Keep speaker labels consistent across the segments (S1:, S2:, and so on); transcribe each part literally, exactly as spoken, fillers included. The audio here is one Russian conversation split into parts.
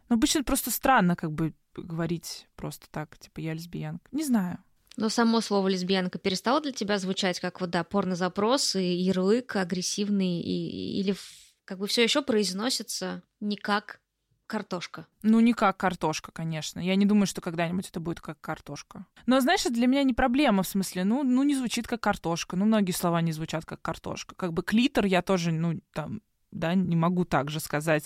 S1: Но обычно просто странно как бы говорить просто так, типа, я лесбиянка. Не знаю.
S2: Но само слово «лесбиянка» перестало для тебя звучать как вот, да, порнозапрос и ярлык агрессивный, и, или как бы все еще произносится не как картошка?
S1: Ну, не как картошка, конечно. Я не думаю, что когда-нибудь это будет как картошка. Но, знаешь, это для меня не проблема, в смысле, ну, ну, не звучит как картошка. Ну, многие слова не звучат как картошка. Как бы клитор я тоже, ну, там, да, не могу так же сказать.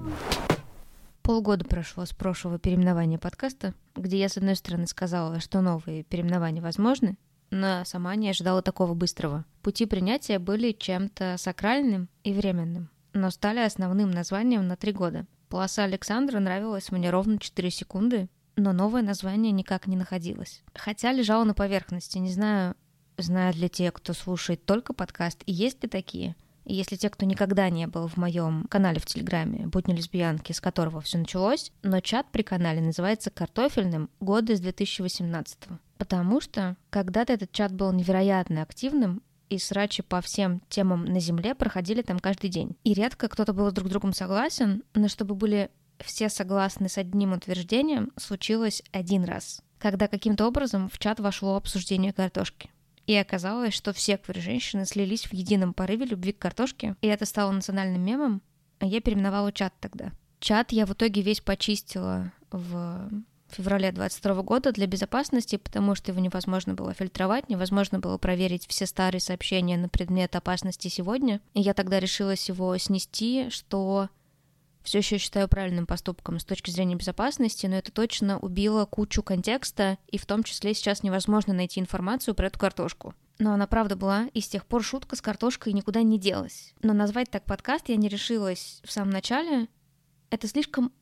S2: Полгода прошло с прошлого переименования подкаста, где я, с одной стороны, сказала, что новые переименования возможны, но сама не ожидала такого быстрого. Пути принятия были чем-то сакральным и временным, но стали основным названием на три года. Полоса Александра нравилась мне ровно четыре секунды, но новое название никак не находилось. Хотя лежало на поверхности, не знаю, знают ли те, кто слушает только подкаст, и есть ли такие. И если те, кто никогда не был в моем канале в Телеграме «Будни лесбиянки», с которого все началось, но чат при канале называется «Картофельным» года с две тысячи восемнадцатого. Потому что когда-то этот чат был невероятно активным, и срачи по всем темам на Земле проходили там каждый день. И редко кто-то был с друг другом согласен, но чтобы были все согласны с одним утверждением, случилось один раз, когда каким-то образом в чат вошло обсуждение картошки. И оказалось, что все квир-женщины слились в едином порыве любви к картошке, и это стало национальным мемом, а я переименовала чат тогда. Чат я в итоге весь почистила в феврале двадцать второго года для безопасности, потому что его невозможно было фильтровать, невозможно было проверить все старые сообщения на предмет опасности сегодня. И я тогда решилась его снести, что все еще считаю правильным поступком с точки зрения безопасности, но это точно убило кучу контекста, и в том числе сейчас невозможно найти информацию про эту картошку. Но она правда была, и с тех пор шутка с картошкой никуда не делась. Но назвать так подкаст я не решилась в самом начале. Это слишком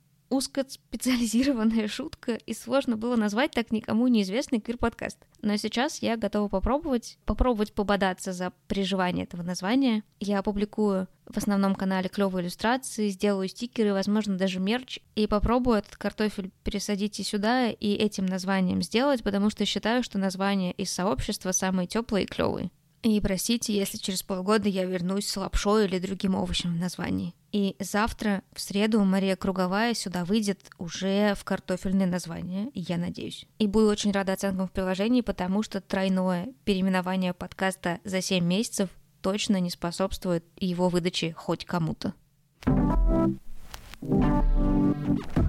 S2: узкоспециализированная шутка, и сложно было назвать так никому неизвестный квир-подкаст. Но сейчас я готова попробовать, попробовать пободаться за приживание этого названия. Я опубликую в основном канале клевые иллюстрации, сделаю стикеры, возможно, даже мерч, и попробую этот картофель пересадить и сюда, и этим названием сделать, потому что считаю, что названия из сообщества самые теплые и клевые. И простите, если через полгода я вернусь с лапшой или другим овощем в названии. И завтра, в среду, Мария Круговая сюда выйдет уже в картофельное название, я надеюсь. И буду очень рада оценкам в приложении, потому что тройное переименование подкаста за семь месяцев точно не способствует его выдаче хоть кому-то.